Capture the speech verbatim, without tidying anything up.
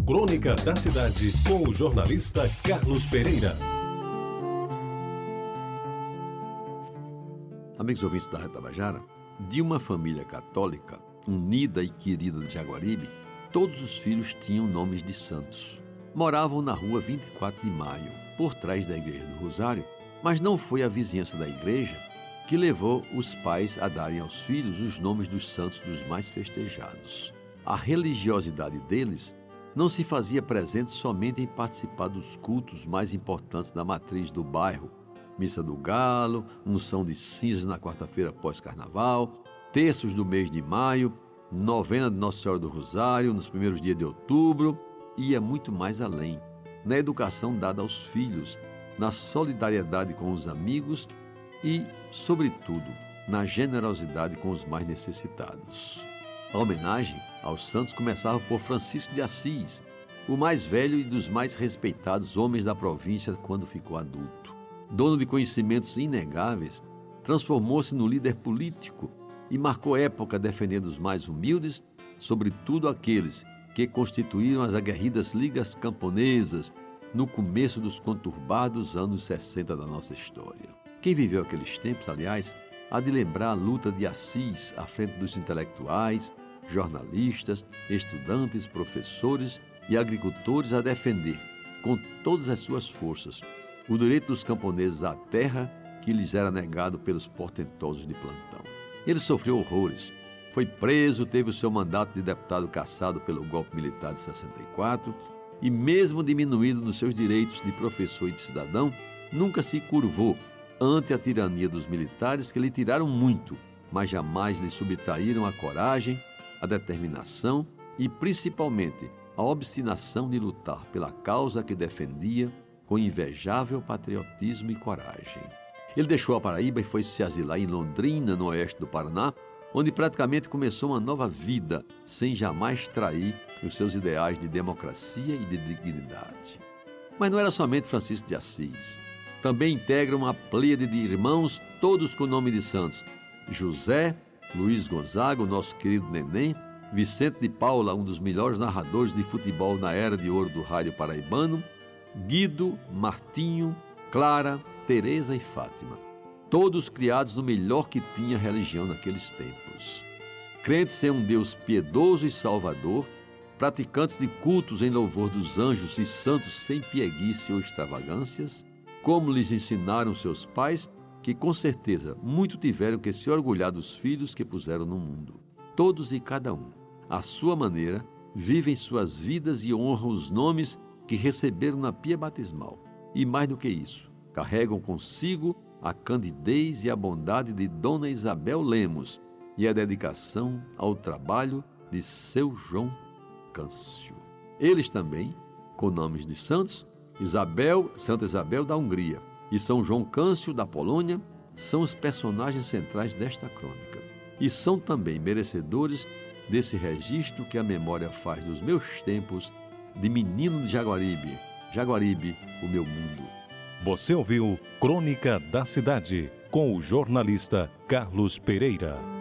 Crônica da Cidade, com o jornalista Carlos Pereira. Amigos ouvintes da Tabajara, de uma família católica, unida e querida de Jaguaribe, todos os filhos tinham nomes de santos. Moravam na rua vinte e quatro de maio, por trás da Igreja do Rosário, mas não foi a vizinhança da igreja que levou os pais a darem aos filhos os nomes dos santos dos mais festejados. A religiosidade deles não se fazia presente somente em participar dos cultos mais importantes da matriz do bairro: Missa do Galo, unção de cinzas na quarta-feira pós-carnaval, terços do mês de maio, novena de Nossa Senhora do Rosário nos primeiros dias de outubro, e ia muito mais além, na educação dada aos filhos, na solidariedade com os amigos e, sobretudo, na generosidade com os mais necessitados. A homenagem aos santos começava por Francisco de Assis, o mais velho e dos mais respeitados homens da província quando ficou adulto. Dono de conhecimentos inegáveis, transformou-se no líder político e marcou época defendendo os mais humildes, sobretudo aqueles que constituíram as aguerridas ligas camponesas no começo dos conturbados anos sessenta da nossa história. Quem viveu aqueles tempos, aliás, há de lembrar a luta de Assis à frente dos intelectuais, jornalistas, estudantes, professores e agricultores a defender, com todas as suas forças, o direito dos camponeses à terra que lhes era negado pelos portentosos de plantão. Ele sofreu horrores. Foi preso, teve o seu mandato de deputado cassado pelo golpe militar de sessenta e quatro e, mesmo diminuído nos seus direitos de professor e de cidadão, nunca se curvou ante a tirania dos militares, que lhe tiraram muito, mas jamais lhe subtraíram a coragem, a determinação e, principalmente, a obstinação de lutar pela causa que defendia com invejável patriotismo e coragem. Ele deixou a Paraíba e foi se asilar em Londrina, no oeste do Paraná, onde praticamente começou uma nova vida, sem jamais trair os seus ideais de democracia e de dignidade. Mas não era somente Francisco de Assis. Também integram uma pleiade de irmãos, todos com nome de santos: José, Luiz Gonzaga, o nosso querido Neném, Vicente de Paula, um dos melhores narradores de futebol na era de ouro do rádio paraibano, Guido, Martinho, Clara, Teresa e Fátima. Todos criados no melhor que tinha a religião naqueles tempos. Crentes em um Deus piedoso e salvador, praticantes de cultos em louvor dos anjos e santos sem pieguice ou extravagâncias, como lhes ensinaram seus pais, que com certeza muito tiveram que se orgulhar dos filhos que puseram no mundo. Todos e cada um, à sua maneira, vivem suas vidas e honram os nomes que receberam na pia batismal. E mais do que isso, carregam consigo a candidez e a bondade de Dona Isabel Lemos e a dedicação ao trabalho de seu João Câncio. Eles também, com nomes de santos, Isabel, Santa Isabel da Hungria e São João Câncio da Polônia, são os personagens centrais desta crônica. E são também merecedores desse registro que a memória faz dos meus tempos de menino de Jaguaribe. Jaguaribe, o meu mundo. Você ouviu Crônica da Cidade, com o jornalista Carlos Pereira.